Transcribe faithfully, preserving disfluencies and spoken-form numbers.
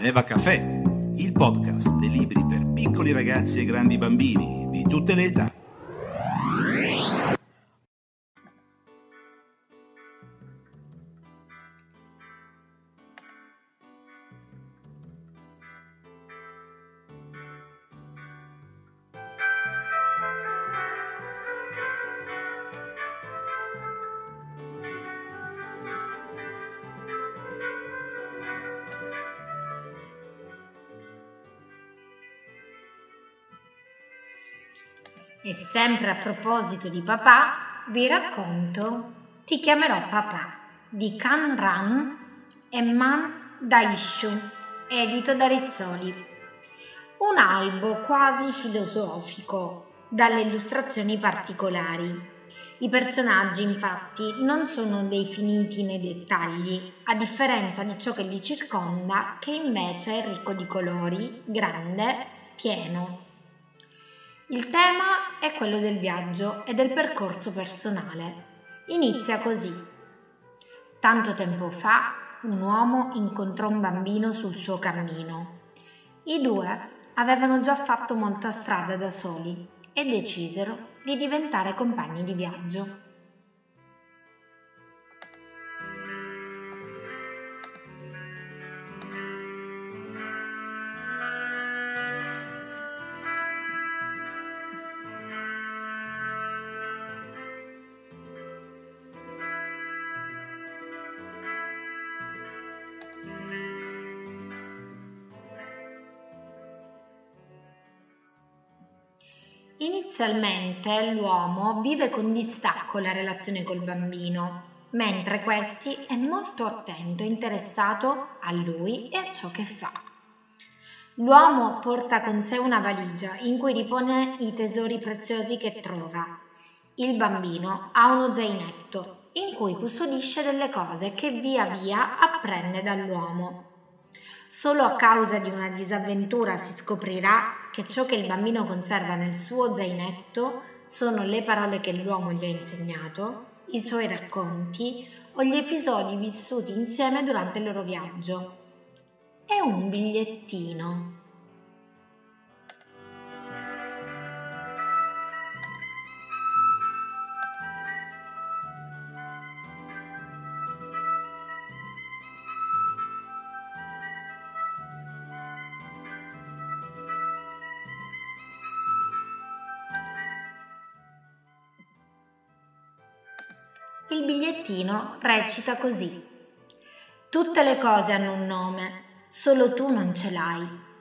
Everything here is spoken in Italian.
Eva Caffè, il podcast dei libri per piccoli ragazzi e grandi bambini di tutte le età. E sempre a proposito di papà, vi racconto Ti chiamerò papà di Kanran e Man Daishu, edito da Rizzoli. Un albo quasi filosofico, dalle illustrazioni particolari. I personaggi, infatti, non sono definiti nei dettagli, a differenza di ciò che li circonda, che invece è ricco di colori, grande, pieno. Il tema è quello del viaggio e del percorso personale. Inizia così. Tanto tempo fa un uomo incontrò un bambino sul suo cammino. I due avevano già fatto molta strada da soli e decisero di diventare compagni di viaggio. Inizialmente l'uomo vive con distacco la relazione col bambino, mentre questi è molto attento e interessato a lui e a ciò che fa. L'uomo porta con sé una valigia in cui ripone i tesori preziosi che trova. Il bambino ha uno zainetto in cui custodisce delle cose che via via apprende dall'uomo. Solo a causa di una disavventura si scoprirà che ciò che il bambino conserva nel suo zainetto sono le parole che l'uomo gli ha insegnato, i suoi racconti o gli episodi vissuti insieme durante il loro viaggio. È un bigliettino. Il bigliettino recita così: tutte le cose hanno un nome, solo tu non ce l'hai.